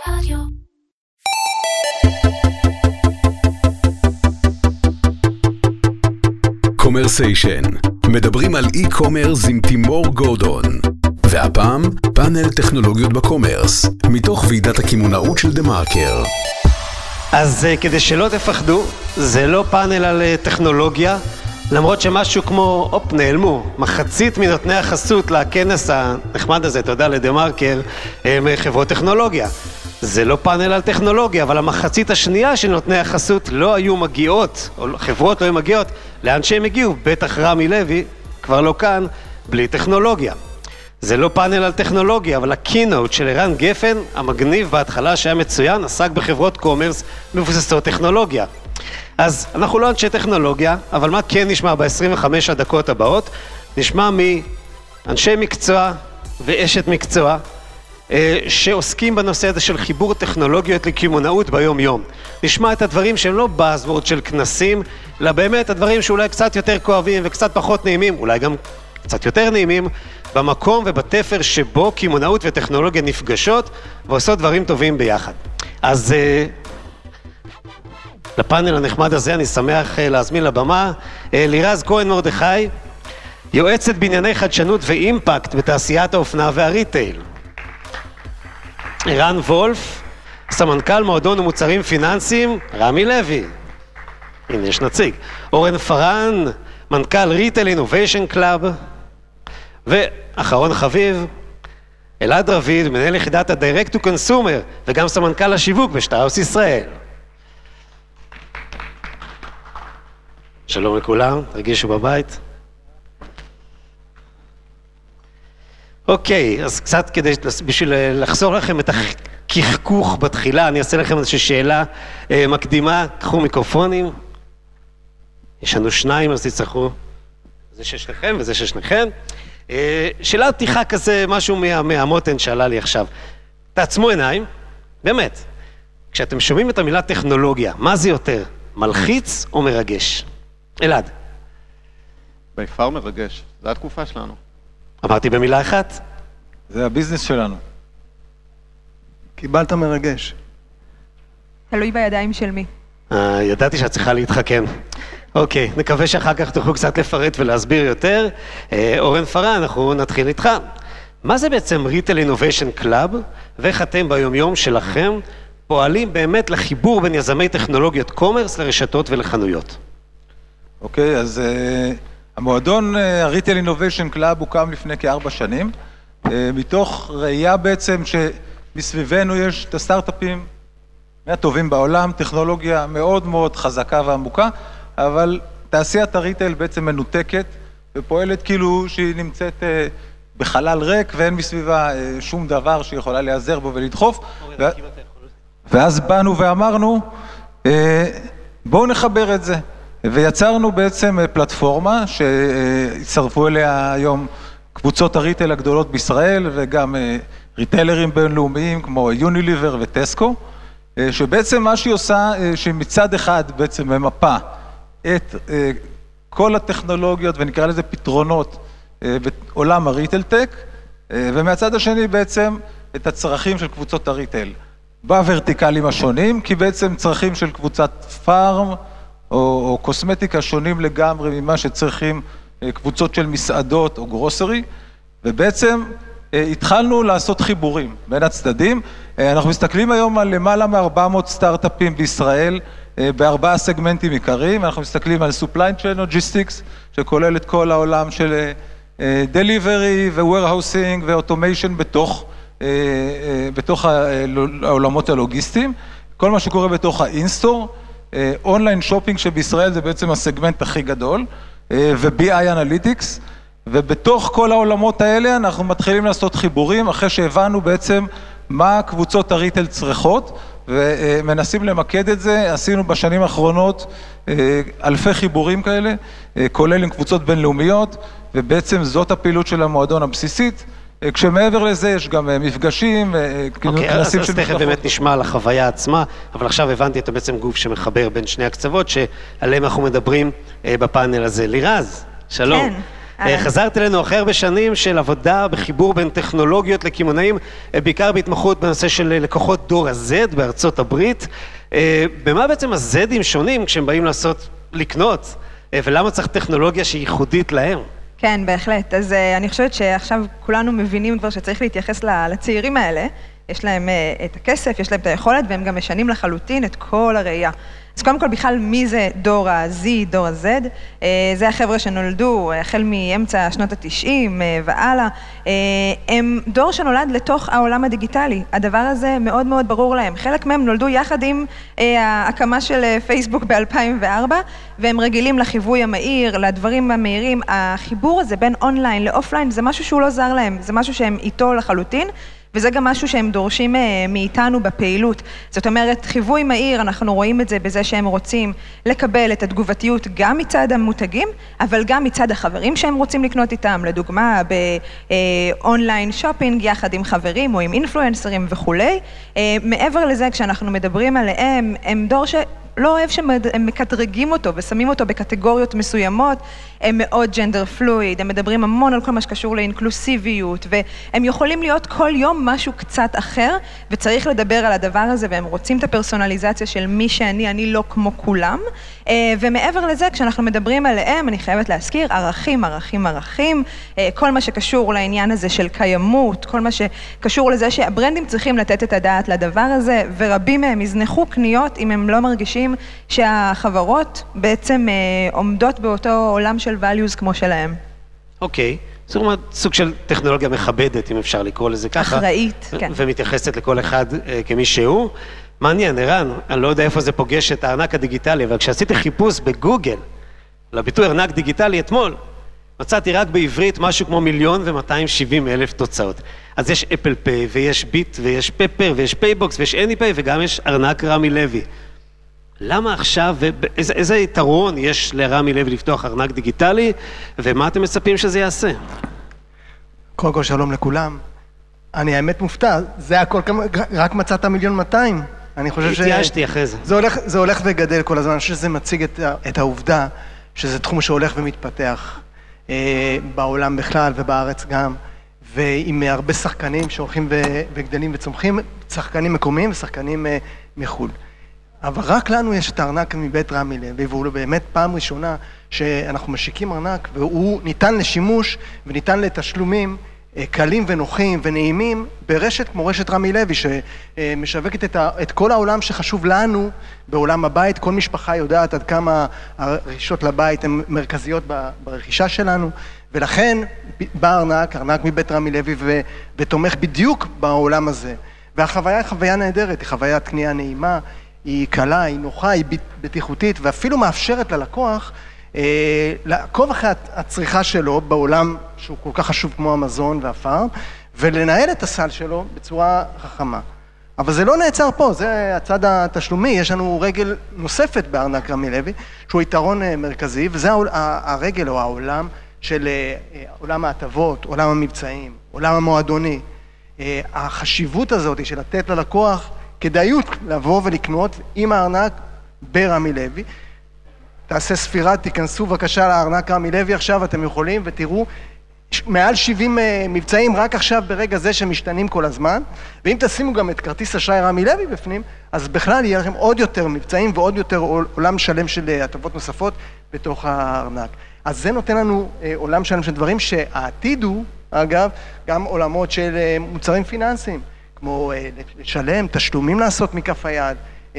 רדיו. קומרסיישן, מדברים על אי-קומרס עם תימור גורדון. והפעם, פאנל טכנולוגיות בקומרס, מתוך ועידת הכימונאות של דה מרקר. אז כדי שלא תפחדו, זה לא פאנל על טכנולוגיה, למרות שמשהו כמו, נעלמו, מחצית מנותני החסות לכנס הנחמד הזה, תודה לדה מרקר, הם חברות טכנולוגיה. זה לא פאנל על טכנולוגיה, אבל המחצית השנייה של נותני החסות לא היו מגיעות, או חברות לא היו מגיעות, לאן שהם הגיעו, בטח רמי לוי, כבר לא כאן, בלי טכנולוגיה. זה לא פאנל על טכנולוגיה, אבל הקינוט של ערן גפן, המגניב בהתחלה שהיה מצוין, עסק בחברות קומרס מבוססות טכנולוגיה. אז אנחנו לא אנשי טכנולוגיה, אבל מה כן נשמע ב-25 הדקות הבאות? נשמע מאנשי מקצוע ואשת מקצוע, שעוסקים בנושא הזה של חיבור טכנולוגיות לקמעונאות ביום יום. נשמע את הדברים שהם לא באזוורד של כנסים, אלא באמת הדברים שאולי קצת יותר כואבים וקצת פחות נעימים, אולי גם קצת יותר נעימים, במקום ובתפר שבו קמעונאות וטכנולוגיה נפגשות ועושות דברים טובים ביחד. אז לפאנל הנחמד הזה אני שמח להזמין לבמה לירז כהן מרדכי, יועצת בענייני חדשנות ואימפקט בתעשיית האופנה והריטייל. ערן וולף, סמנכ"ל מועדון ומוצרים פיננסיים, רמי לוי. הנה יש נציג. אורן פרן, מנכ"ל ריטייל אינוביישן קלאב. ואחרון חביב, אלעד רביד, מנהל יחידת ה-Direct to Consumer, וגם סמנכ"ל השיווק בשטראוס ישראל. שלום לכולם, תרגישו בבית. אוקיי, אז קצת בשביל לחזור לכם את הקחקוך בתחילה, אני אעשה לכם איזושהי שאלה מקדימה, קחו מיקרופונים. יש לנו שניים, אז תצטרכו. זה ששניכם וזה ששניכם. שאלה פתיחה כזה, משהו מהמותן שעלה לי עכשיו. תעצמו עיניים, באמת. כשאתם שומעים את המילה טכנולוגיה, מה זה יותר? מלחיץ או מרגש? אלעד. ביפר מרגש, זו התקופה שלנו. אמרתי במילה אחת? זה הביזנס שלנו. קיבלת מרגש. תלוי בידיים של מי. ידעתי שאת צריכה להתחכם. אוקיי, נקווה שאחר כך תוכלו קצת לפרט ולהסביר יותר. אורן פרן, אנחנו נתחיל איתך. מה זה בעצם ריטייל אינוביישן קלאב, ואיך אתם ביומיום שלכם פועלים באמת לחיבור בין יזמי טכנולוגיות קומרס לרשתות ולחנויות? אוקיי, אז המועדון הריטייל אינוביישן קלאב הוקם לפני כ4 שנים, מתוך ראייה בעצם שמסביבנו יש את הסטארט-אפים מהטובים בעולם, טכנולוגיה מאוד מאוד חזקה ועמוקה, אבל תעשיית הריטייל בעצם מנותקת ופועלת כאילו שהיא נמצאת בחלל ריק ואין מסביבה שום דבר שיכולה להיעזר בו ולדחוף. ואז באנו ואמרנו, בואו נחבר את זה. ויצרנו בעצם פלטפורמה שהצטרפו אליה היום קבוצות הריטייל הגדולות בישראל וגם ריטיילרים בינלאומיים כמו יוניליבר וטסקו, שבעצם מה שהיא עושה, שמצד אחד בעצם ממפה את כל הטכנולוגיות ונקרא לזה פתרונות בעולם הריטייל טק, ומהצד השני בעצם את הצרכים של קבוצות הריטייל בוורטיקלים השונים, כי בעצם צרכים של קבוצת פארם או קוסמטיקה שונים לגמרי ממה שצריכים קבוצות של מסעדות או גרוסרי, ובעצם התחלנו לעשות חיבורים בין הצדדים. אנחנו מסתכלים היום על למעלה מ-400 סטארט-אפים בישראל, ב4 סגמנטים עיקריים. אנחנו מסתכלים על supply chain logistics, שכולל את כל העולם של delivery ו-warehousing ו-automation בתוך העולמות הלוגיסטיים. כל מה שקורה בתוך ה-in-store, אונליין שופינג שבישראל זה בעצם הסגמנט הכי גדול, ו-BI Analytics, ובתוך כל העולמות האלה אנחנו מתחילים לעשות חיבורים, אחרי שהבנו בעצם מה קבוצות הריטייל צריכות, ומנסים למקד את זה. עשינו בשנים האחרונות אלפי חיבורים כאלה, כולל עם קבוצות בינלאומיות, ובעצם זאת הפעילות של המועדון הבסיסית. כשמעבר לזה יש גם מפגשים, אוקיי, אז תכף באמת נשמע על החוויה עצמה, אבל עכשיו הבנתי את בעצם גוף שמחבר בין שני הקצוות, שעליהם אנחנו מדברים בפאנל הזה. לירז, שלום. כן. חזרת אלינו אחרי הרבה שנים של עבודה בחיבור בין טכנולוגיות לקמעונאים, בעיקר בהתמחות בנושא של לקוחות דור ה-Z בארצות הברית. במה בעצם ה-Z'ים שונים כשהם באים לקנות, ולמה צריך טכנולוגיה שהיא ייחודית להם? כן, בהחלט. אז אני חושבת שעכשיו כולנו מבינים כבר שצריך להתייחס לצעירים האלה. יש להם את הכסף, יש להם את היכולת, והם גם משנים לחלוטין את כל הראייה. אז קודם כל, בכלל, מי זה דור ה-Z, דור ה-Z? זה החבר'ה שנולדו החל מאמצע שנות ה-90 והלאה. הם דור שנולד לתוך העולם הדיגיטלי. הדבר הזה מאוד מאוד ברור להם. חלק מהם נולדו יחד עם ההקמה של פייסבוק ב-2004, והם רגילים לחיווי המהיר, לדברים המהירים. החיבור הזה בין אונליין לאופליין, זה משהו שהוא לא זר להם, זה משהו שהם איתו לחלוטין. וזה גם משהו שהם דורשים מאיתנו בפעילות. זאת אומרת, חיווי מהיר, אנחנו רואים את זה בזה שהם רוצים לקבל את התגובתיות גם מצד המותגים, אבל גם מצד החברים שהם רוצים לקנות איתם, לדוגמה באונליין שופינג יחד עם חברים או עם אינפלואנסרים וכו'. מעבר לזה, כשאנחנו מדברים עליהם, הם דור לא אוהב שהם מקטרגים אותו ושמים אותו בקטגוריות מסוימות, הם מאוד ג'נדר פלואיד, הם מדברים המון על כל מה שקשור לאינקלוסיביות, והם יכולים להיות כל יום משהו קצת אחר, וצריך לדבר על הדבר הזה, והם רוצים את הפרסונליזציה של מי שאני, אני לא כמו כולם, ומעבר לזה, כשאנחנו מדברים עליהם, אני חייבת להזכיר, ערכים, ערכים, ערכים, כל מה שקשור לעניין הזה של קיימות, כל מה שקשור לזה שהברנדים צריכים לתת את הדעת לדבר הזה, ורבים מהם יזנחו קניות אם הם לא מרגישים שהחברות בעצם עומדות באותו עולם של values כמו שלהם. אוקיי. זאת אומרת, סוג של טכנולוגיה מכבדת, אם אפשר לקרוא לזה ככה. אחראית, כן. ומתייחסת לכל אחד כמי שהוא. מעניין, ערן, אני לא יודע איפה זה פוגש את הארנק הדיגיטלי, אבל כשעשיתי חיפוש בגוגל, לביטוי ארנק דיגיטלי אתמול, מצאתי רק בעברית משהו כמו 1,270,000 תוצאות. אז יש אפל פיי, ויש ביט, ויש פפר, ויש פייבוקס, ויש אניפיי, וגם יש ארנק רמי לוי. למה עכשיו, ואיזה יתרון יש לרמי לוי לפתוח ארנק דיגיטלי, ומה אתם מצפים שזה יעשה? קודם כל שלום לכולם. אני האמת מופתע, זה הכל, רק מצאת 1,200,000. אני חושב התייאשתי אחרי זה. זה הולך וגדל כל הזמן, אני חושב שזה מציג את העובדה, שזה תחום שהולך ומתפתח בעולם בכלל ובארץ גם, ועם הרבה שחקנים שהולכים וגדלים וצומחים, שחקנים מקומיים ושחקנים מחו"ל. אבל רק לנו יש את הארנק מבית רמי לוי, והוא באמת פעם ראשונה שאנחנו משיקים ארנק, והוא ניתן לשימוש וניתן לתשלומים קלים ונוחים ונעימים ברשת כמו רשת רמי לוי, שמשווקת את כל העולם שחשוב לנו בעולם הבית. כל משפחה יודעת עד כמה הרכישות לבית הן מרכזיות ברכישה שלנו, ולכן בא ארנק מבית רמי לוי ותומך בדיוק בעולם הזה. והחוויה היא חוויה נהדרת, היא חוויית קנייה נעימה, היא קלה, היא נוחה, היא בטיחותית, ואפילו מאפשרת ללקוח לעקוב אחרי הצריכה שלו בעולם שהוא כל כך חשוב כמו המזון והפארם, ולנהל את הסל שלו בצורה חכמה. אבל זה לא נעצר פה, זה הצד התשלומי. יש לנו רגל נוספת בארנק רמי לוי, שהוא יתרון מרכזי, וזה הרגל או העולם של עולם ההטבות, עולם המבצעים, עולם המועדוני. החשיבות הזאת של לתת ללקוח כדאיות לבוא ולקנות עם הארנק ברמי לוי. תעשה ספירה, תיכנסו בבקשה לארנק רמי לוי עכשיו, אתם יכולים ותראו מעל 70 מבצעים רק עכשיו ברגע זה שמשתנים כל הזמן, ואם תשימו גם את כרטיס אשראי רמי לוי בפנים, אז בכלל יהיה לכם עוד יותר מבצעים ועוד יותר עולם שלם של הטבות נוספות בתוך הארנק. אז זה נותן לנו עולם שלם של דברים שהעתיד הוא, אגב, גם עולמות של מוצרים פיננסיים, כמו לשלם, תשלומים לעשות מכף היד,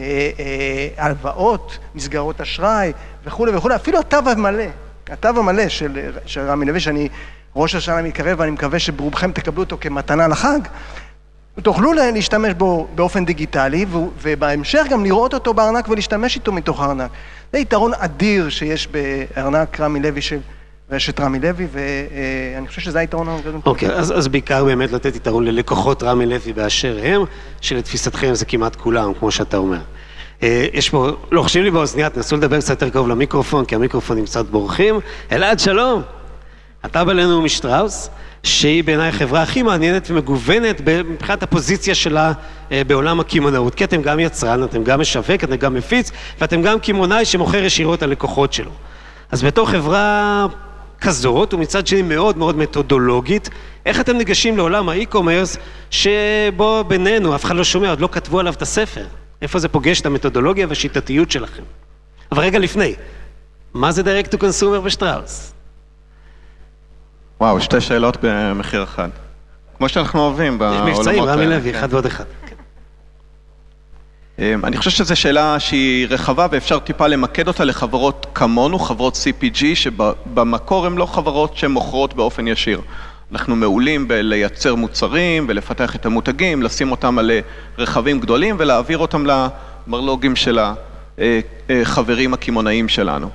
הלוואות, מסגרות אשראי וכו' וכו'. אפילו התו המלא של רמי לוי, שאני ראש השנה מתקרב, ואני מקווה שברובכם תקבלו אותו כמתנה לחג, תוכלו להשתמש בו באופן דיגיטלי, ובהמשך גם לראות אותו בארנק ולהשתמש איתו מתוך הארנק. זה יתרון אדיר שיש בארנק רמי לוי של רשת רמי לוי, ואני חושב שזה היתרון הגדול. אוקיי, אז בעיקר באמת לתת יתרון ללקוחות רמי לוי באשר הם, שלתפיסתכם זה כמעט כולם, כמו שאתה אומר. יש פה, לא חושבים לי באוזניה, תנסו לדבר קצת יותר קרוב למיקרופון, כי המיקרופונים קצת בורחים. אלעד, שלום. אתה בא לנו משטראוס, שהיא בעיניי החברה הכי מעניינת ומגוונת מבחינת הפוזיציה שלה בעולם הקמעונאות, כי אתם גם יצרן, אתם גם משווק, אתם גם מפיץ, ואתם גם קמעונאי שמוכר ישירות על לקוחות שלו. אז בתור חברה כזאת, ומצד שני מאוד מאוד מתודולוגית. איך אתם ניגשים לעולם האי-קומרס, שבו בינינו, אף אחד לא שומע, עוד לא כתבו עליו את הספר? איפה זה פוגש את המתודולוגיה והשיטתיות שלכם? אבל רגע לפני, מה זה direct to consumer בשטראוס? וואו, שתי שאלות במחיר אחד. כמו שאנחנו אוהבים בעולמות. יש מבצעים, רמי לוי, אחד ועוד אחד. אני חושב שזו שאלה שהיא רחבה ואפשר טיפה למקד אותה לחברות כמונו, חברות CPG, שבמקור הן לא חברות שמוכרות באופן ישיר. אנחנו מעולים בלייצר מוצרים ולפתח את המותגים, לשים אותם על רכבים גדולים ולהעביר אותם למרלוגים של החברים הכימונאים שלנו.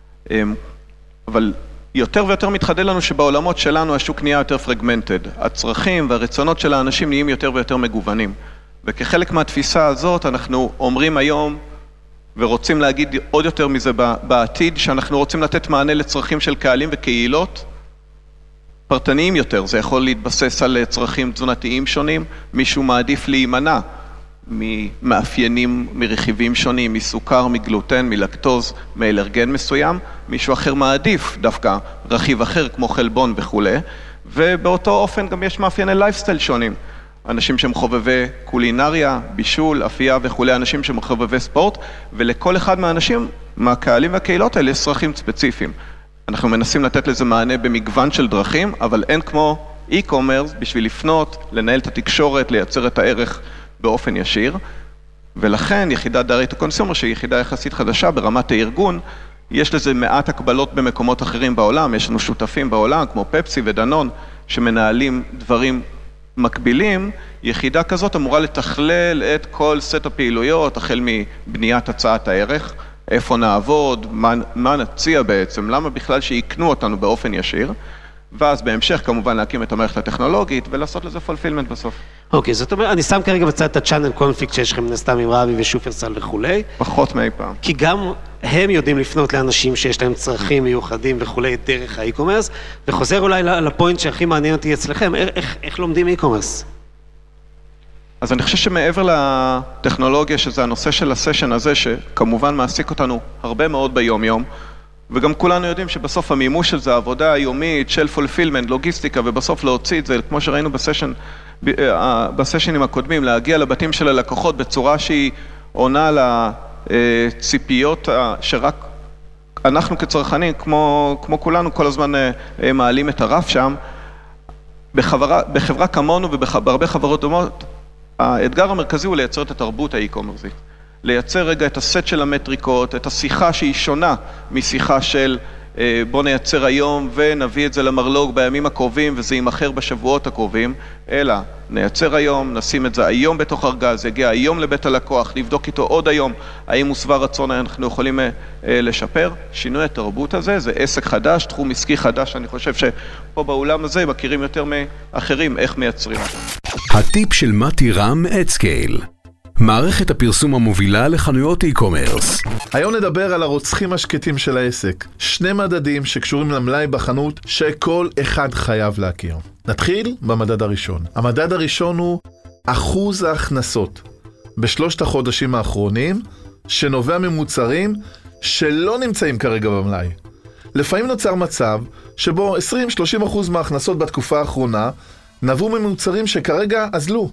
אבל יותר ויותר מתחדד לנו שבעולמות שלנו השוק נהיה יותר פרגמנטד. הצרכים והרצונות של האנשים נהיים יותר ויותר מגוונים. וכחלק מהתפיסה הזאת אנחנו אומרים היום ורוצים להגיד עוד יותר מזה בעתיד, שאנחנו רוצים לתת מענה לצרכים של קהלים וקהילות פרטניים יותר. זה יכול להתבסס על צרכים תזונתיים שונים, מישהו מעדיף להימנע ממאפיינים, מרכיבים שונים, מסוכר, מגלוטן, מלקטוז, מאלרגן מסוים, מישהו אחר מעדיף דווקא רכיב אחר כמו חלבון וכו'. ובאותו אופן גם יש מאפייני לייפסטייל שונים. אנשים שהם חובבי קולינריה, בישול, אפייה וכו', אנשים שהם חובבי ספורט, ולכל אחד מהאנשים, מהקהלים והקהילות האלה, יש צרכים ספציפיים. אנחנו מנסים לתת לזה מענה במגוון של דרכים, אבל אין כמו e-commerce בשביל לפנות, לנהל את התקשורת, לייצר את הערך באופן ישיר, ולכן יחידת direct to consumer, שהיא יחידה יחסית חדשה ברמת הארגון, יש לזה מעט הקבלות במקומות אחרים בעולם, יש לנו שותפים בעולם כמו פפסי ודנון, שמנהלים דברים מקבילים. יחידה כזאת אמורה לתכלל את כל סט הפעילויות, החל מבניית הצעת הערך, איפה נעבוד, מה נציע בעצם, למה בכלל שיקנו אותנו באופן ישיר, ואז בהמשך כמובן להקים את המערכת הטכנולוגית ולעשות לזה fulfillment בסוף. אוקיי, זאת אומרת, אני שם כרגע בצד את ה-channel conflict שיש לכם נסתם עם רבי ושופרסל וכולי. פחות מאי פעם. כי גם הם יודעים לפנות לאנשים שיש להם צרכים מיוחדים וכולי דרך האי-קומרס, וחוזר אולי לפוינט שהכי מעניין אותי אצלכם, איך לומדים אי-קומרס? אז אני חושב שמעבר לטכנולוגיה, שזה הנושא של הסשן הזה, שכמובן מעסיק אותנו הרבה מאוד ביום-יום, וגם כולנו יודעים שבסוף המימוש של זה, העבודה היומית של fulfillment, לוגיסטיקה, ובסוף להוציא את זה, כמו שראינו בסשנים הקודמים, להגיע לבתים של הלקוחות בצורה שהיא עונה לציפיות שרק אנחנו כצרכנים, כמו כולנו, כל הזמן מעלים את הרף שם. בחברה כמונו ובהרבה חברות דומות, האתגר המרכזי הוא לייצר את התרבות האי-קומרסית. לייצר רגע את הסט של המטריקות, את השיחה שהיא שונה משיחה של בוא נייצר היום ונביא את זה למרלוג בימים הקרובים וזה יימכר בשבועות הקרובים, אלא נייצר היום, נשים את זה היום בתוך ארגז, יגיע היום לבית הלקוח, נבדוק איתו עוד היום, האם הוא שבע רצון אנחנו יכולים לשפר. שינוי התרבות הזה, זה עסק חדש, תחום עסקי חדש, אני חושב שפה באולם הזה מכירים יותר מאחרים איך מייצרים אותו. הטיפ של מתי רם אדסקייל, מערכת הפרסום המובילה לחנויות e-commerce. היום נדבר על הרוצחים השקטים של העסק. 2 מדדים שקשורים למלאי בחנות שכל אחד חייב להכיר. נתחיל במדד הראשון. המדד הראשון הוא אחוז ההכנסות בשלושת החודשים האחרונים שנובע ממוצרים שלא נמצאים כרגע במלאי. לפעמים נוצר מצב שבו 20-30% מההכנסות בתקופה האחרונה נבעו ממוצרים שכרגע אזלו.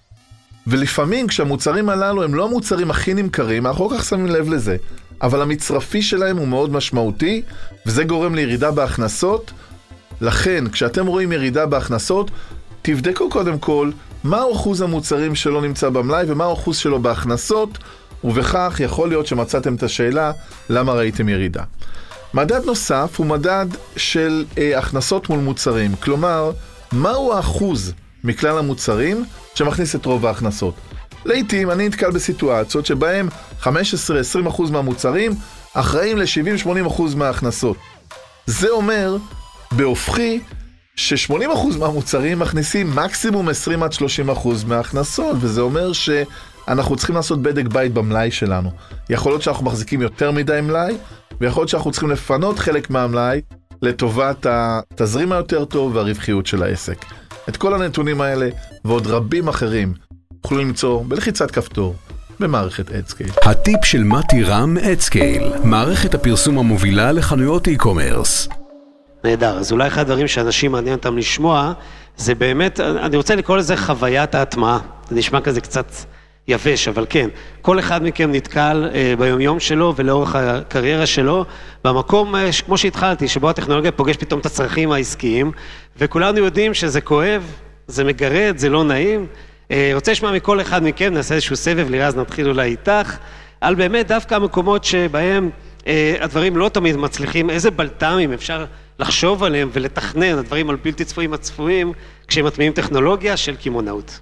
ולפעמים כשהמוצרים הללו הם לא המוצרים הכי נמכרים, אנחנו כל כך שמים לב לזה, אבל המצרפי שלהם הוא מאוד משמעותי, וזה גורם לירידה בהכנסות. לכן, כשאתם רואים ירידה בהכנסות, תבדקו קודם כל מהו אחוז המוצרים שלא נמצא במלאי ומהו אחוז שלו בהכנסות, ובכך יכול להיות שמצאתם את השאלה למה ראיתם ירידה. מדד נוסף הוא מדד של הכנסות מול מוצרים, כלומר, מהו האחוז מכלל המוצרים שמכניס את רוב ההכנסות. לעתים אני נתקל בסיטואציות שבהם 15-20% מהמוצרים אחראים ל-70-80% מההכנסות. זה אומר בהופכי ש-80% מהמוצרים מכניסים מקסימום 20-30% מההכנסות, וזה אומר שאנחנו צריכים לעשות בדק בית במלאי שלנו. יכול להיות שאנחנו מחזיקים יותר מדי מלאי, ויכול להיות שאנחנו צריכים לפנות חלק מהמלאי לטובת התזרים היותר טוב והרווחיות של העסק. את כל הנתונים האלה ועוד רבים אחרים יכולים למצוא בלחיצת כפתור במערכת אדסקייל. הטיפ של מתי רם אדסקייל, מערכת הפרסום המובילה לחנויות e-commerce. נהדר, אז אולי אחד הדברים שאנשים מעניין אותם לשמוע, זה באמת, אני רוצה לקרוא לזה חוויית ההטמעה, זה נשמע כזה קצת יבש, אבל כן, כל אחד מכם נתקל ביומיום שלו ולאורך הקריירה שלו, במקום, כמו שהתחלתי, שבו הטכנולוגיה פוגש פתאום את הצרכים העסקיים, וכולנו יודעים שזה כואב, זה מגרד, זה לא נעים. רוצה לשמוע מכל אחד מכם, נעשה איזשהו סבב, לירז נתחיל אולי איתך, על באמת דווקא המקומות שבהם הדברים לא תמיד מצליחים, איזה בלת"מים אפשר לחשוב עליהם ולתכנן, הדברים על בלתי צפויים הצפויים, כשהם מטמיעים טכנולוגיה של קמעונאות.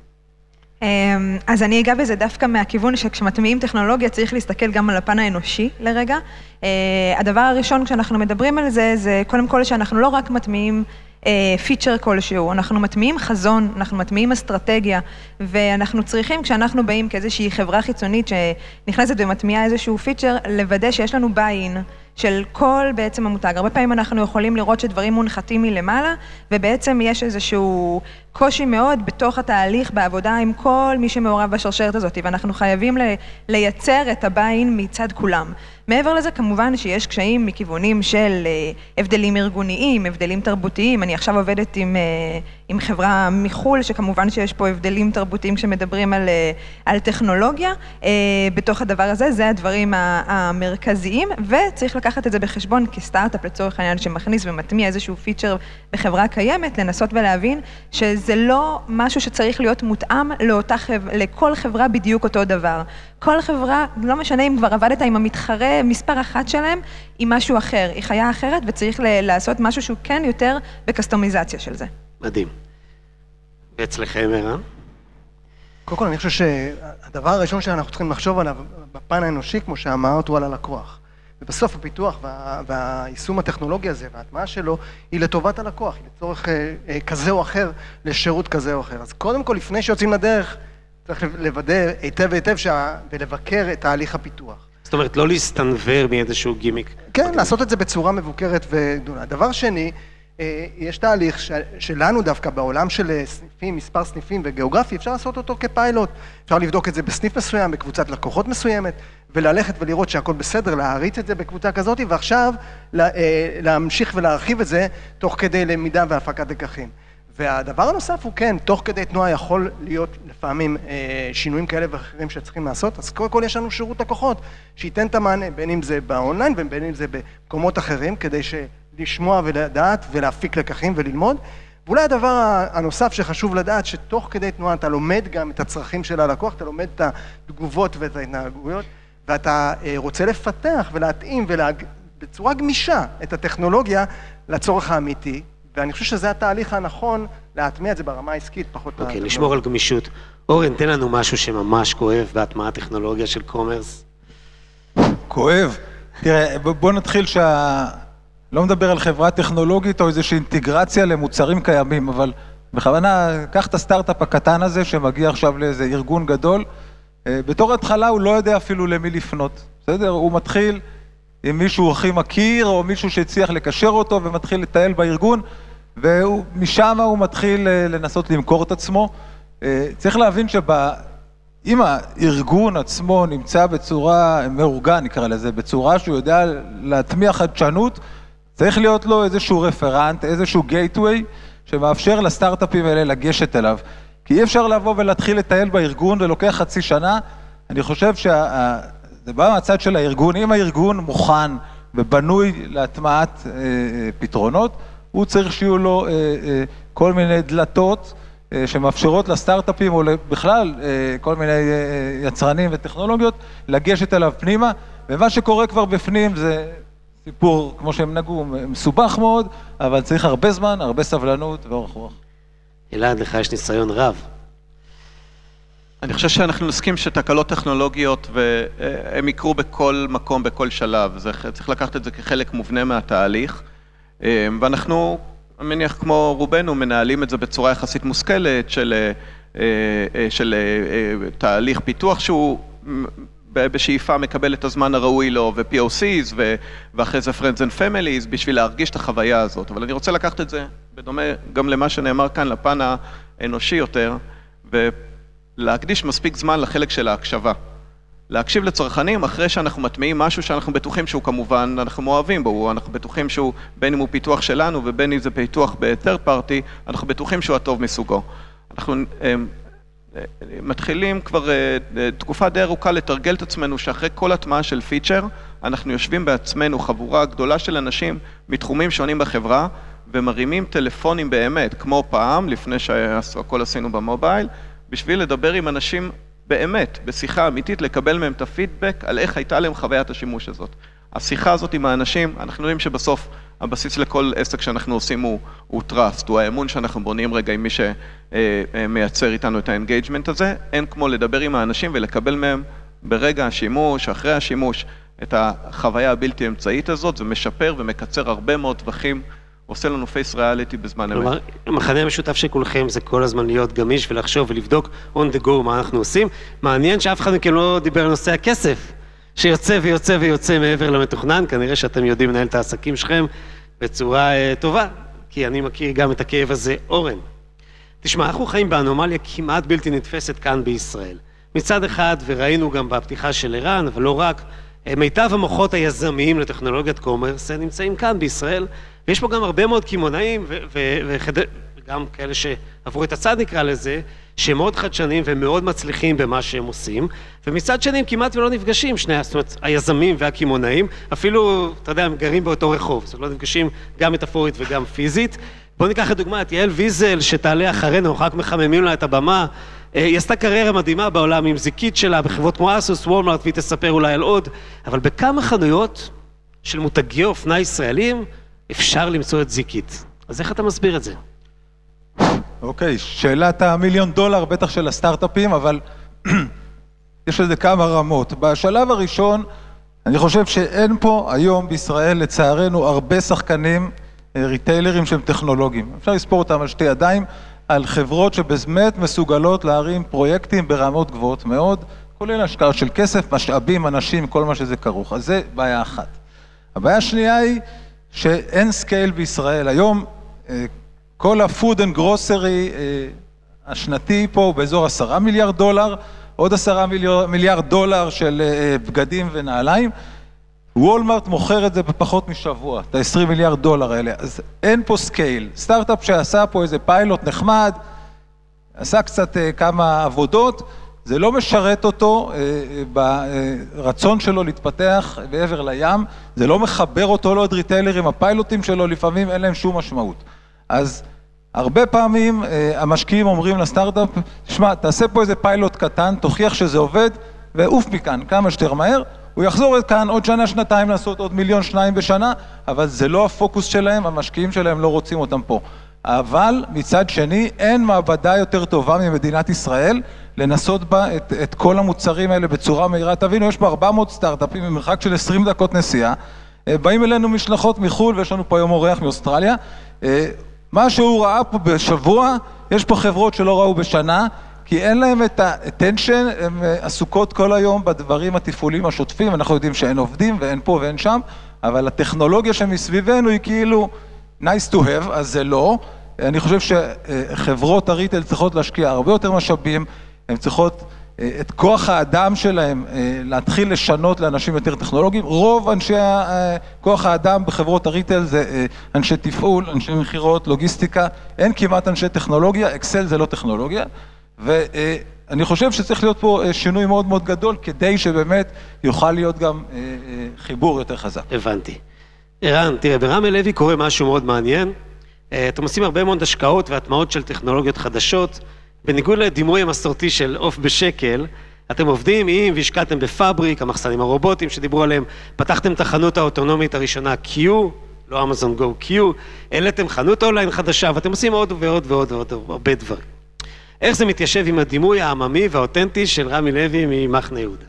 אז אני אגע בזה דווקא מהכיוון שכשמטמיעים טכנולוגיה צריך להסתכל גם על הפן האנושי לרגע. הדבר הראשון כשאנחנו מדברים על זה, זה קודם כל שאנחנו לא רק מטמיעים פיצ'ר כלשהו, אנחנו מטמיעים חזון, אנחנו מטמיעים אסטרטגיה, ואנחנו צריכים כשאנחנו באים כאיזושהי חברה חיצונית שנכנסת ומטמיעה איזשהו פיצ'ר, לוודא שיש לנו ביין של כל בעצם המותג. הרבה פעמים אנחנו יכולים לראות שדברים מונחתים מלמעלה, ובעצם יש איזשהו קושי מאוד בתוך התהליך בעבודה עם כל מי שמעורב בשרשרת הזאת, ואנחנו חייבים לייצר את הביין מצד כולם. מעבר לזה, כמובן שיש קשיים מכיוונים של הבדלים ארגוניים, הבדלים תרבותיים. אני עכשיו עובדת עם חברה מחול, שכמובן שיש פה הבדלים תרבותיים כשמדברים על טכנולוגיה. בתוך הדבר הזה, זה הדברים המרכזיים, וצריך לקחת את זה בחשבון כסטארט-אפ לצורך העניין שמכניס ומטמיע איזשהו פיצ'ר בחברה קיימת, לנסות ולהבין שזה לא משהו שצריך להיות מותאם לכל חברה בדיוק אותו דבר. כל חברה, לא משנה אם כבר עבדת עם המתחרה, מספר אחת שלהם, היא משהו אחר, היא חיה אחרת, וצריך לעשות משהו שהוא כן יותר בקסטומיזציה של זה. מדהים. ואצלכם, ערן? קודם כל, אני חושב שהדבר הראשון שאנחנו צריכים לחשוב עליו, בפן האנושי, כמו שאמרת, הוא על הלקוח. ובסוף הפיתוח והיישום הטכנולוגי הזה וההטמעה שלו, היא לטובת הלקוח, היא לצורך כזה או אחר, לשירות כזה או אחר. אז קודם כל, לפני שיוצאים לדרך, צריך לוודא היטב ולבקר את תהליך הפיתוח. זאת אומרת, לא להסתנבר מאיזשהו גימיק. כן, לעשות את זה בצורה מבוקרת וגדולה. דבר שני, יש תהליך שלנו דווקא בעולם של סניפים, מספר סניפים וגיאוגרפי, אפשר לעשות אותו כפיילוט. אפשר לבדוק את זה בסניף מסוים, בקבוצת לקוחות מסוימת, וללכת ולראות שהכל בסדר, להריץ את זה בקבוצה כזאת, ועכשיו להמשיך ולהרחיב את זה תוך כדי למידה והפקת לקחים. והדבר הנוסף הוא כן, תוך כדי תנועה יכול להיות לפעמים שינויים כאלה ואחרים שצריכים לעשות, אז קודם כל יש לנו שירות לקוחות שייתן את המענה, בין אם זה באונליין ובין אם זה במקומות אחרים, כדי לשמוע ולדעת ולהפיק לקחים וללמוד. ואולי הדבר הנוסף שחשוב לדעת, שתוך כדי תנועה אתה לומד גם את הצרכים של הלקוח, אתה לומד את התגובות ואת ההתנהגויות, ואתה רוצה לפתח ולהתאים בצורה גמישה את הטכנולוגיה לצורך האמיתי, ואני חושב שזה התהליך הנכון להטמיע את זה ברמה העסקית, פחות... אוקיי, לשמור על גמישות. אורן, תן לנו משהו שממש כואב בהטמעת טכנולוגיה של קומרס. כואב? תראה, בוא נתחיל לא מדבר על חברה טכנולוגית או איזושהי אינטגרציה למוצרים קיימים, אבל בכוונה, קח את הסטארט-אפ הקטן הזה שמגיע עכשיו לאיזה ארגון גדול, בתור התחלה הוא לא יודע אפילו למי לפנות, בסדר? הוא מתחיל עם מישהו הכי מכיר, או מישהו שהצליח לקשר אותו ומתחיל לטייל בארגון, ומשם הוא מתחיל לנסות למכור את עצמו. צריך להבין אם הארגון עצמו נמצא בצורה מאורגן, נקרא לזה, בצורה שהוא יודע להטמיע חדשנות, צריך להיות לו איזשהו רפרנט, איזשהו גייטווי, שמאפשר לסטארט-אפים האלה לגשת אליו. כי אי אפשר לבוא ולהתחיל לטייל בארגון, ולוקח חצי שנה. אני חושב זה בא מהצד של הארגון. אם הארגון מוכן ובנוי להטמעת פתרונות, הוא צריך שיהיו לו כל מיני דלתות שמאפשרות לסטארט-אפים, או בכלל כל מיני יצרנים וטכנולוגיות, לגשת אליו פנימה. ומה שקורה כבר בפנים זה סיפור, כמו שהם נגעו, מסובך מאוד, אבל צריך הרבה זמן, הרבה סבלנות ואורך רוח. אלעד, לך יש ניסיון רב. אני חושב שאנחנו נסכים שתקלות טכנולוגיות והם יקרו בכל מקום, בכל שלב. צריך לקחת את זה כחלק מובנה מהתהליך. ואנחנו, אני מניח כמו רובנו, מנהלים את זה בצורה יחסית מושכלת של תהליך פיתוח שהוא בשאיפה מקבל את הזמן הראוי לו, ו-POCs, ואחרי זה Friends and Families, בשביל להרגיש את החוויה הזאת. אבל אני רוצה לקחת את זה, בדומה גם למה שנאמר כאן, לפן האנושי יותר, ולהקדיש מספיק זמן לחלק של ההקשבה. להקשיב לצרכנים אחרי שאנחנו מטמיעים משהו שאנחנו בטוחים שהוא כמובן, אנחנו מאוהבים בו, אנחנו בטוחים שהוא, בין אם הוא פיתוח שלנו ובין אם זה פיתוח ב-third party, אנחנו בטוחים שהוא הטוב מסוגו. אנחנו מתחילים כבר תקופה די ארוכה לתרגל את עצמנו שאחרי כל הטמעה של פיצ'ר, אנחנו יושבים בעצמנו חבורה גדולה של אנשים מתחומים שונים בחברה, ומרימים טלפונים באמת, כמו פעם, לפני שהכל עשינו במובייל, בשביל לדבר עם אנשים באמת, בשיחה אמיתית, לקבל מהם את הפידבק על איך הייתה להם חוויית השימוש הזאת. השיחה הזאת עם האנשים, אנחנו יודעים שבסוף הבסיס לכל עסק שאנחנו עושים הוא trust, הוא האמון שאנחנו בונים רגע עם מי שמייצר איתנו את האנגייג'מנט הזה, אין כמו לדבר עם האנשים ולקבל מהם ברגע השימוש, אחרי השימוש, את החוויה הבלתי אמצעית הזאת, זה משפר ומקצר הרבה מאוד טווחים, עושה לנו פייס ריאליטי בזמן אמת. כלומר, המחנה המשותף של כולכם זה כל הזמן להיות גמיש ולחשוב ולבדוק on the go מה אנחנו עושים. מעניין שאף אחד מכם לא דיבר על נושא הכסף, שיוצא ויוצא ויוצא מעבר למתוכנן, כנראה שאתם יודעים לנהל את העסקים שלכם בצורה טובה, כי אני מכיר גם את הכאב הזה, אורן. תשמע, אנחנו חיים באנומליה כמעט בלתי נתפסת כאן בישראל. מצד אחד, וראינו גם בפתיחה של ערן, אבל לא רק, מיטב המוחות היזמיים לטכנולוגיית קומרס נמצאים כאן בישראל, ויש פה גם הרבה מאוד כימונאים, וגם כאלה שעברו את הצד נקרא לזה, שהם מאוד חדשנים ומאוד מצליחים במה שהם עושים, ומצד שני הם כמעט ולא נפגשים, זאת אומרת, היזמים והכימונאים, אפילו, אתה יודע, הם גרים באותו רחוב, זאת אומרת, לא נפגשים גם מטאפורית וגם פיזית. בואו ניקח את דוגמה, את יעל ויזל, שתעלה אחרינו, רק מחממים לה את הבמה, היא עשתה קריירה מדהימה בעולם עם זיקית שלה, בחברות כמו אסוס, וולמארט, והיא תספר אולי על עוד, אבל בכמה חנויות של מותגי אופנה ישראלים אפשר למצוא את זיקית. אז איך אתה מסביר את זה? אוקיי, שאלת $1 מיליון בטח של הסטארט-אפים, אבל יש לזה כמה רמות. בשלב הראשון, אני חושב שאין פה היום בישראל, לצערנו, הרבה שחקנים, ריטיילרים שהם טכנולוגיים. אפשר לספור אותם על שתי ידיים, על חברות שבאמת מסוגלות להרים פרויקטים ברמות גבוהות מאוד, כולל השקעה של כסף, משאבים, אנשים, כל מה שזה כרוך. אז זה בעיה אחת. הבעיה השנייה היא שאין סקייל בישראל. היום כל ה-food and grocery השנתי פה הוא באזור $10 מיליארד, עוד $10 מיליארד של בגדים ונעליים. וולמארט מוכר את זה בפחות משבוע, את ה-$20 מיליארד האלה. אז אין פה סקייל. סטארט-אפ שעשה פה איזה פיילוט נחמד, עשה קצת כמה עבודות, זה לא משרת אותו ברצון שלו להתפתח בעבר לים, זה לא מחבר אותו לעוד ריטיילרים, הפיילוטים שלו לפעמים אין להם שום משמעות. אז הרבה פעמים המשקיעים אומרים לסטארט-אפ, תשמע, תעשה פה איזה פיילוט קטן, תוכיח שזה עובד, ואוף מכאן, כמה שתר מהר, הוא יחזור כאן עוד שנה, שנתיים לעשות עוד 1-2 מיליון בשנה, אבל זה לא הפוקוס שלהם, המשקיעים שלהם לא רוצים אותם פה. אבל מצד שני, אין מעבדה יותר טובה ממדינת ישראל, לנסות בה את כל המוצרים האלה בצורה מהירה. תבינו, יש פה 400 סטארט-אפים במרחק של 20 דקות נסיעה, באים אלינו משלחות מחול, ויש לנו פה היום אורח מאוסטרליה, מה שהוא ראה פה בשבוע, יש פה חברות שלא ראו בשנה, כי אין להם את ה-attention, הן עסוקות כל היום בדברים התפעולים השוטפים, אנחנו יודעים שאין עובדים ואין פה ואין שם, אבל הטכנולוגיה שמסביבנו היא כאילו nice to have, אז זה לא. אני חושב שחברות הריטל צריכות להשקיע הרבה יותר משאבים, הן צריכות את כוח האדם שלהם להתחיל לשנות לאנשים יותר טכנולוגיים. רוב אנשי כוח האדם בחברות הריטל זה אנשי תפעול, אנשי מחירות, לוגיסטיקה, אין כמעט אנשי טכנולוגיה, אקסל זה לא טכנולוגיה, ואני חושב שצריך להיות פה שינוי מאוד מאוד גדול, כדי שבאמת יוכל להיות גם חיבור יותר חזק. הבנתי. ערן, תראה, ברמי לוי קורה משהו מאוד מעניין, אתם עושים הרבה מאוד השקעות והטמעות של טכנולוגיות חדשות, בניגוד לדימוי המסורתי של עוף בשקל, אתם עובדים עם והשקעתם בפאבריק, המחסנים הרובוטיים שדיברו עליהם, פתחתם את החנות האוטונומית הראשונה Q, לא אמזון גו Q, העליתם חנות אונליין חדשה, ואתם עושים עוד ועוד ועוד ועוד הרבה דברים. איך זה מתיישב עם הדימוי העממי והאותנטי של רמי לוי ממחנה יהודה?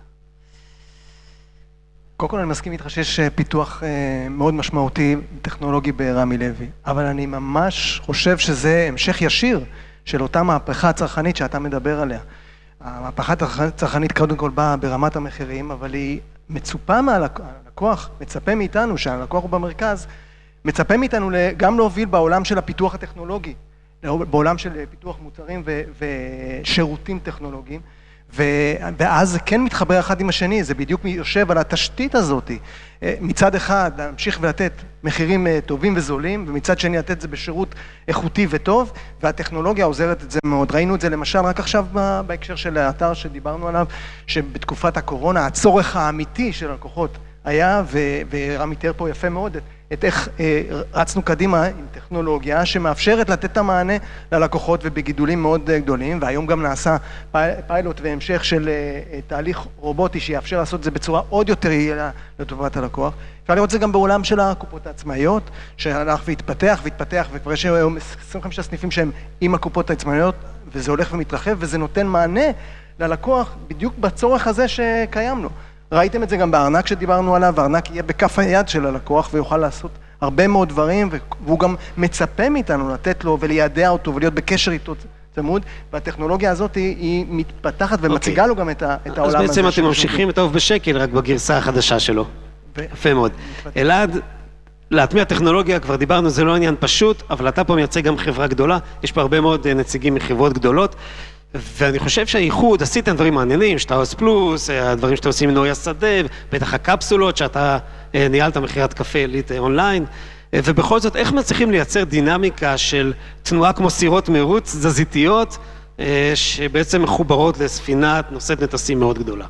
קודם כל אני מסכים איתך שיש פיתוח מאוד משמעותי טכנולוגי ברמי לוי, אבל אני ממש חושב שזה המשך ישיר של אותה מהפכה הצרכנית שאתה מדבר עליה. המהפכה הצרכנית קודם כל באה ברמת המחירים, אבל היא מצופה מהלקוח, מצפה מאיתנו שהלקוח הוא במרכז, מצפה מאיתנו גם להוביל בעולם של הפיתוח הטכנולוגי, בעולם של פיתוח מוצרים ושירותים טכנולוגיים, ואז זה כן מתחבר אחד עם השני, זה בדיוק יושב על התשתית הזאת. מצד אחד, להמשיך ולתת מחירים טובים וזולים, ומצד שני לתת זה בשירות איכותי וטוב, והטכנולוגיה עוזרת את זה מאוד. ראינו את זה למשל רק עכשיו בהקשר של האתר שדיברנו עליו, שבתקופת הקורונה הצורך האמיתי של הלקוחות היה, ורם יתאר פה יפה מאוד, את איך רצנו קדימה עם טכנולוגיה שמאפשרת לתת את המענה ללקוחות ובגידולים מאוד גדולים, והיום גם נעשה פיילוט והמשך של תהליך רובוטי שיאפשר לעשות את זה בצורה עוד יותר יעילה לטובת הלקוח. אפשר לראות את זה גם בעולם של הקופות העצמאיות, שהלך והתפתח, וכבר יש היום 25 סניפים שהם עם הקופות העצמאיות, וזה הולך ומתרחב, וזה נותן מענה ללקוח בדיוק בצורך הזה שקיים לו. ראיתם את זה גם בארנק שדיברנו עליו, הארנק יהיה בכף היד של הלקוח ויוכל לעשות הרבה מאוד דברים, והוא גם מצפה מאיתנו לתת לו וליידע אותו ולהיות בקשר איתו צמוד, והטכנולוגיה הזאת היא מתפתחת ומציגה לו גם את העולם הזה. אז בעצם אתם ממשיכים את האוף בשקל רק בגרסה החדשה שלו. יפה מאוד. אלעד, להטמיע טכנולוגיה, כבר דיברנו, זה לא עניין פשוט, אבל אתה פה מייצג גם חברה גדולה, יש פה הרבה מאוד נציגים מחברות גדולות, ואני חושב שהייחוד, עשיתם דברים מעניינים, שטראוס פלוס, הדברים שאתם עושים עם נוי השדה, בטח הקפסולות שאתה ניהלת מחירת קפה עילית אונליין, ובכל זאת, איך מצליחים לייצר דינמיקה של תנועה כמו סירות מרוץ תזזיתיות, שבעצם מחוברות לספינת נושאת נטסים מאוד גדולה?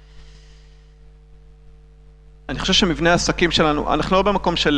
אני חושב שמבנה העסקים שלנו, אנחנו לא במקום של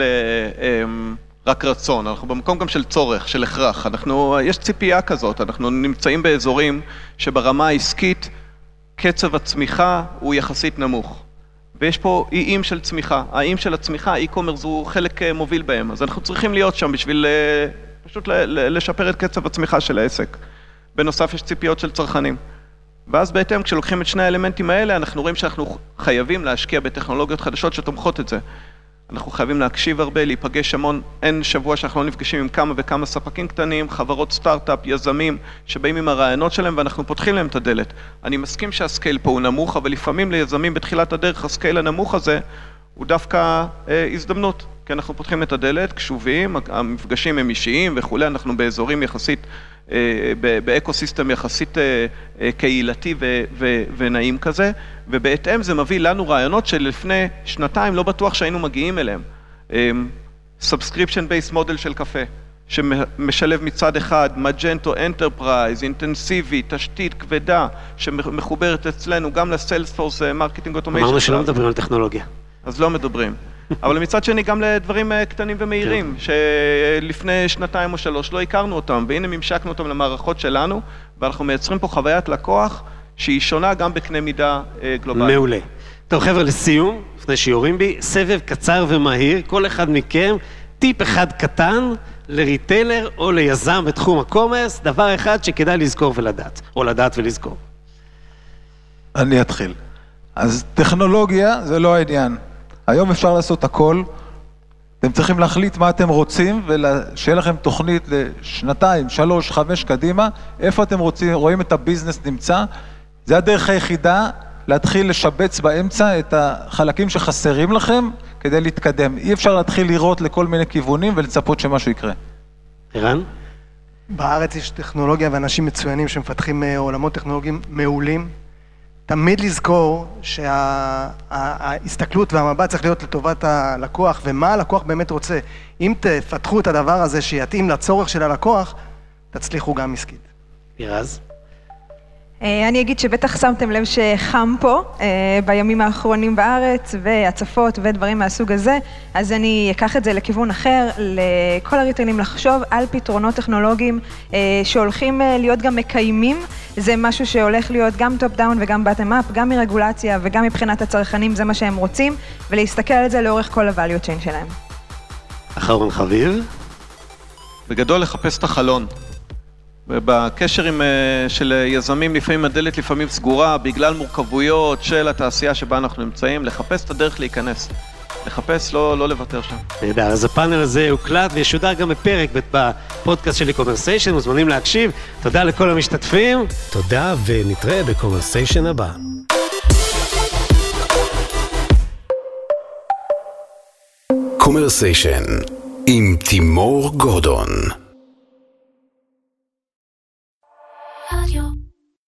רק רצון, אנחנו במקום גם של צורך, של הכרח. יש ציפייה כזאת, אנחנו נמצאים באזורים שברמה העסקית קצב הצמיחה הוא יחסית נמוך. ויש פה איים של צמיחה. האיים של הצמיחה, האי-קומרס הוא חלק מוביל בהם. אז אנחנו צריכים להיות שם בשביל פשוט לשפר את קצב הצמיחה של העסק. בנוסף יש ציפיות של צרכנים. ואז בהתאם, כשלוקחים את שני האלמנטים האלה, אנחנו רואים שאנחנו חייבים להשקיע בטכנולוגיות חדשות שתומכות את זה. אנחנו חייבים להקשיב הרבה, להיפגש המון. אין שבוע שאנחנו לא נפגשים עם כמה וכמה ספקים קטנים, חברות סטארט-אפ, יזמים, שבאים עם הרעיונות שלהם ואנחנו פותחים להם את הדלת. אני מסכים שהסקייל פה הוא נמוך, אבל לפעמים ליזמים בתחילת הדרך, הסקייל הנמוך הזה הוא דווקא הזדמנות. כי אנחנו פותחים את הדלת, קשובים, המפגשים הם אישיים וכו', אנחנו באזורים יחסית, באקוסיסטם יחסית קהילתי ונעים כזה, ובהתאם זה מביא לנו רעיונות שלפני שנתיים לא בטוח שהיינו מגיעים אליהם. Subscription based model של קפה, שמשלב מצד אחד מג'נטו אנטרפרייז, אינטנסיבי, תשתית כבדה, שמחוברת אצלנו גם לסיילספורס מרקטינג אוטומיישן. אמרנו שלא מדברים על טכנולוגיה. אז לא מדברים. אבל מצד שני גם לדברים קטנים ומהירים, שלפני שנתיים או שלוש לא הכרנו אותם, והנה ממשקנו אותם למערכות שלנו, ואנחנו מייצרים פה חוויית לקוח שהיא שונה גם בקנה מידה גלובלי. מעולה. טוב חבר'ה, לסיום, לפני שיורים בי, סבב קצר ומהיר, כל אחד מכם, טיפ אחד קטן לריטיילר או ליזם בתחום הקומרס, דבר אחד שכדאי לזכור ולדעת, או לדעת ולזכור. אני אתחיל. אז טכנולוגיה זה לא העניין. היום אפשר לעשות הכל, אתם צריכים להחליט מה אתם רוצים, ושיהיה לכם תוכנית לשנתיים, 3, 5 קדימה, איפה אתם רואים את הביזנס נמצא, זה הדרך היחידה להתחיל לשבץ באמצע את החלקים שחסרים לכם, כדי להתקדם. אי אפשר להתחיל לראות לכל מיני כיוונים ולצפות שמשהו יקרה. ערן? בארץ יש טכנולוגיה ואנשים מצוינים שמפתחים עולמות טכנולוגיים מעולים, תמיד לזכור שההסתכלות והמבט צריך להיות לטובת הלקוח, ומה הלקוח באמת רוצה. אם תפתחו את הדבר הזה שיתאים לצורך של הלקוח, תצליחו גם עסקית. ירז? אני אגיד שבטח שמתם לב שחם פה בימים האחרונים בארץ, והצפות ודברים מהסוג הזה, אז אני אקח את זה לכיוון אחר, לכל הריטיילים לחשוב על פתרונות טכנולוגיים שהולכים להיות גם מקיימים, זה משהו שהולך להיות גם טופ דאון וגם בטם אפ, גם מרגולציה וגם מבחינת הצרכנים, זה מה שהם רוצים, ולהסתכל על זה לאורך כל ה-value chain שלהם. אחרון חביב? בגדול לחפש את החלון. בקשר של יזמים לפעמים הדלת לפעמים סגורה בגלל מורכבויות של התעשייה שבה אנחנו נמצאים, לחפש את הדרך להיכנס, לחפש, לא לוותר שם. נהדר, אז הפאנל הזה הוקלט וישודר גם בפרק בפודקאסט של e-conversation, מוזמנים להקשיב. תודה לכל המשתתפים. תודה ונתראה ב-conversation הבא. Conversation עם תימור גורדון.